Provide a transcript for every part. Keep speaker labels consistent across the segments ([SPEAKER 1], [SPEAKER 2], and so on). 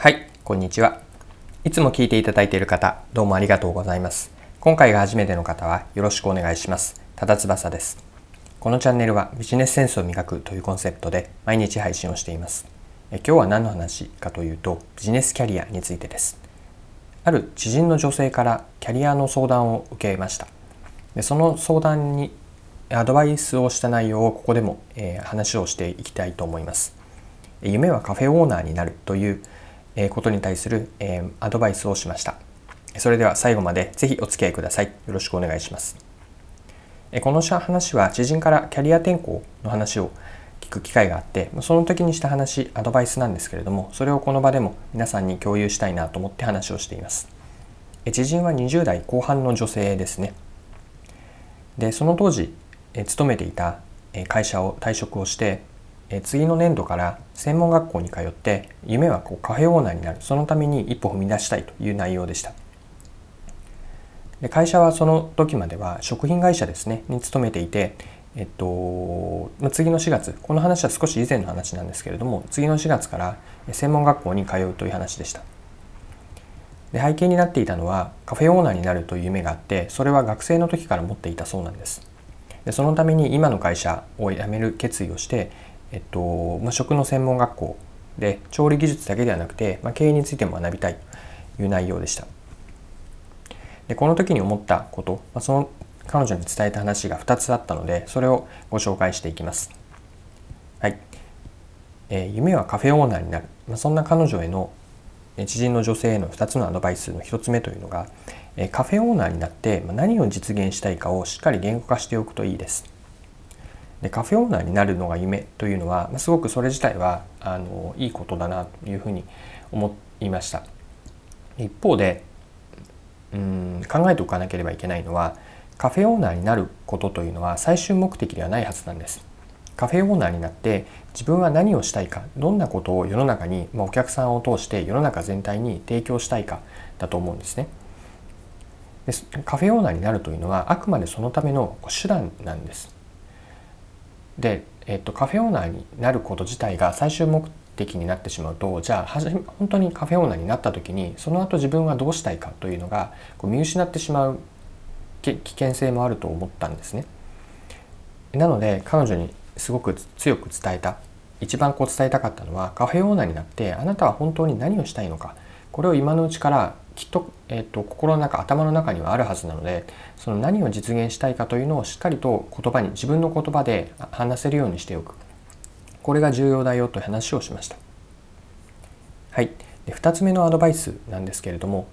[SPEAKER 1] はい、こんにちは。いつも聞いていただいている方、どうもありがとうございます。今回が初めての方はよろしくお願いします。多田翼です。このチャンネルはビジネスセンスを磨くというコンセプトで毎日配信をしています。今日は何の話かというと、ビジネスキャリアについてです。ある知人の女性からキャリアの相談を受けました。でその相談にアドバイスをした内容をここでも、話をしていきたいと思います。夢はカフェオーナーになるということに対するアドバイスをしました。それでは最後までぜひお付き合いください。よろしくお願いします。この話は知人からキャリア転向の話を聞く機会があって、その時にした話、アドバイスなんですけれども、それをこの場でも皆さんに共有したいなと思って話をしています。知人は20代後半の女性ですね。で、その当時勤めていた会社を退職をして次の年度から専門学校に通って夢はカフェオーナーになる、そのために一歩踏み出したいという内容でした。で会社はその時までは食品会社ですねに勤めていて、次の4月、この話は少し以前の話なんですけれども、次の4月から専門学校に通うという話でした。で背景になっていたのはカフェオーナーになるという夢があって、それは学生の時から持っていたそうなんです。でそのために今の会社を辞める決意をして食の専門学校で調理技術だけではなくて、経営についても学びたいという内容でした。でこの時に思ったこと、その彼女に伝えた話が2つあったので、それをご紹介していきます。はい、夢はカフェオーナーになる、そんな彼女への知人の女性への2つのアドバイスの1つ目というのが、カフェオーナーになって何を実現したいかをしっかり言語化しておくといいです。でカフェオーナーになるのが夢というのは、すごくそれ自体はいいことだなというふうに思いました。一方で考えておかなければいけないのは、カフェオーナーになることというのは最終目的ではないはずなんです。カフェオーナーになって自分は何をしたいか、どんなことを世の中に、お客さんを通して世の中全体に提供したいかだと思うんですね。でカフェオーナーになるというのはあくまでそのための手段なんです。で、カフェオーナーになること自体が最終目的になってしまうと、じゃあ本当にカフェオーナーになった時にその後自分はどうしたいかというのが見失ってしまう危険性もあると思ったんですね。なので彼女にすごく強く伝えた、一番伝えたかったのは、カフェオーナーになってあなたは本当に何をしたいのか、これを今のうちからきっと、心の中、頭の中にはあるはずなので、その何を実現したいかというのをしっかりと自分の言葉で話せるようにしておく、これが重要だよという話をしました。はい、で2つ目のアドバイスなんですけれども、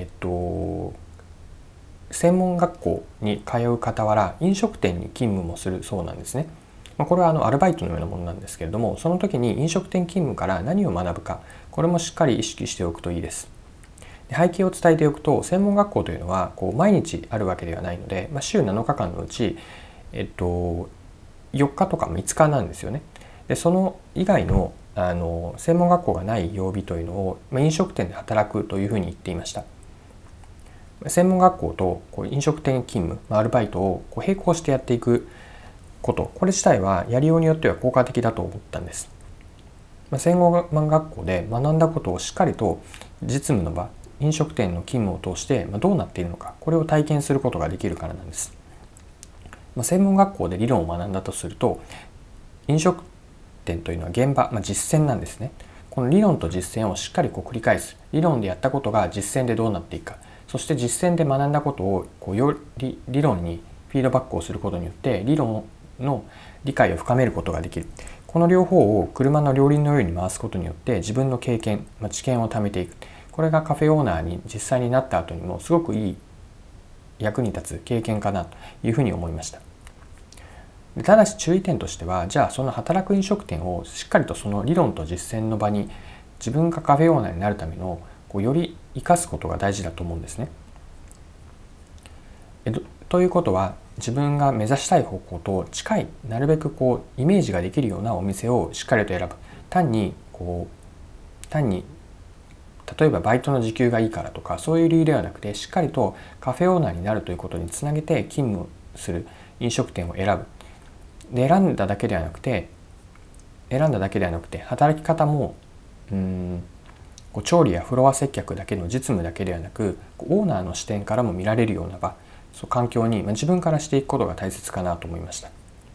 [SPEAKER 1] 専門学校に通う傍ら飲食店に勤務もするそうなんですね。これはアルバイトのようなものなんですけれども、その時に飲食店勤務から何を学ぶか、これもしっかり意識しておくといいです。背景を伝えておくと、専門学校というのは毎日あるわけではないので、週7日間のうち、4日とか5日なんですよね。でその以外の専門学校がない曜日というのを、飲食店で働くというふうに言っていました。専門学校と飲食店勤務、アルバイトを並行してやっていくこと、これ自体はやりようによっては効果的だと思ったんです。専門学校で学んだことをしっかりと実務の場、飲食店の勤務を通してどうなっているのか、これを体験することができるからなんです。専門学校で理論を学んだとすると、飲食店というのは現場、実践なんですね。この理論と実践をしっかり繰り返す。理論でやったことが実践でどうなっていくか、そして実践で学んだことをより理論にフィードバックをすることによって理論の理解を深めることができる。この両方を車の両輪のように回すことによって自分の経験、知見を貯めていく。これがカフェオーナーに実際になった後にもすごくいい役に立つ経験かなというふうに思いました。ただし注意点としては、じゃあその働く飲食店をしっかりとその理論と実践の場に自分がカフェオーナーになるためのより生かすことが大事だと思うんですね。ということは、自分が目指したい方向と近い、なるべくイメージができるようなお店をしっかりと選ぶ。単に例えばバイトの時給がいいからとか、そういう理由ではなくて、しっかりとカフェオーナーになるということにつなげて勤務する飲食店を選ぶ。で選んだだけではなくて働き方も調理やフロア接客だけの実務だけではなく、オーナーの視点からも見られるような場、環境に自分からしていくことが大切かなと思いました。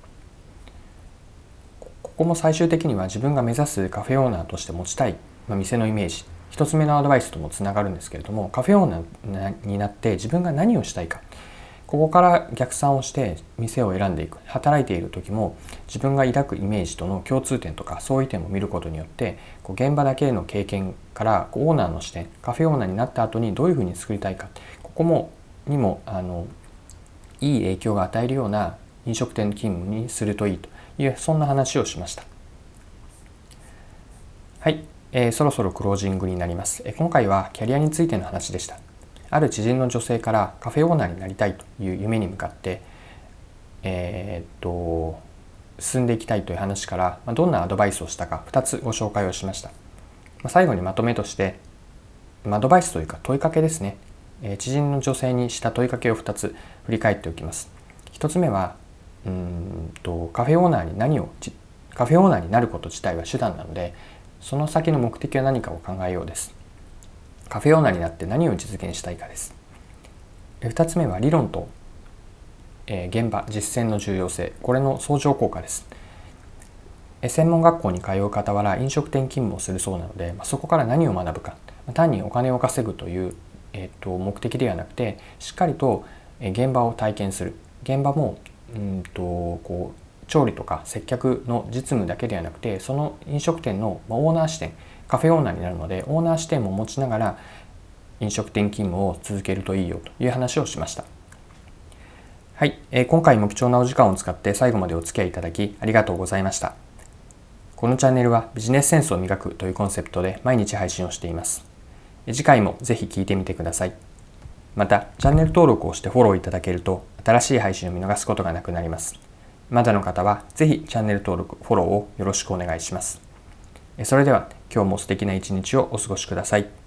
[SPEAKER 1] ここも最終的には自分が目指すカフェオーナーとして持ちたい、店のイメージ、一つ目のアドバイスともつながるんですけれども、カフェオーナーになって自分が何をしたいか、ここから逆算をして店を選んでいく。働いている時も自分が抱くイメージとの共通点とか相違点を見ることによって、現場だけの経験からオーナーの視点、カフェオーナーになった後にどういうふうに作りたいか、ここにもいい影響が与えるような飲食店勤務にするといいという、そんな話をしました。はい、そろそろクロージングになります。今回はキャリアについての話でした。ある知人の女性からカフェオーナーになりたいという夢に向かって、進んでいきたいという話から、どんなアドバイスをしたか2つご紹介をしました。最後にまとめとして、アドバイスというか問いかけですね。知人の女性にした問いかけを2つ振り返っておきます。1つ目はカフェオーナーになること自体は手段なので、その先の目的は何かを考えようです。カフェオーナーになって何を実現したいかです。2つ目は理論と、現場実践の重要性、これの相乗効果です。専門学校に通う傍ら飲食店勤務をするそうなので、そこから何を学ぶか、単にお金を稼ぐという、目的ではなくて、しっかりと現場を体験する。現場も調理とか接客の実務だけではなくて、その飲食店のオーナー視点、カフェオーナーになるのでオーナー視点も持ちながら飲食店勤務を続けるといいよという話をしました。はい、今回も貴重なお時間を使って最後までお付き合いいただきありがとうございました。このチャンネルはビジネスセンスを磨くというコンセプトで毎日配信をしています。次回もぜひ聞いてみてください。またチャンネル登録をしてフォローいただけると新しい配信を見逃すことがなくなります。まだの方はぜひチャンネル登録、フォローをよろしくお願いします。それでは今日も素敵な一日をお過ごしください。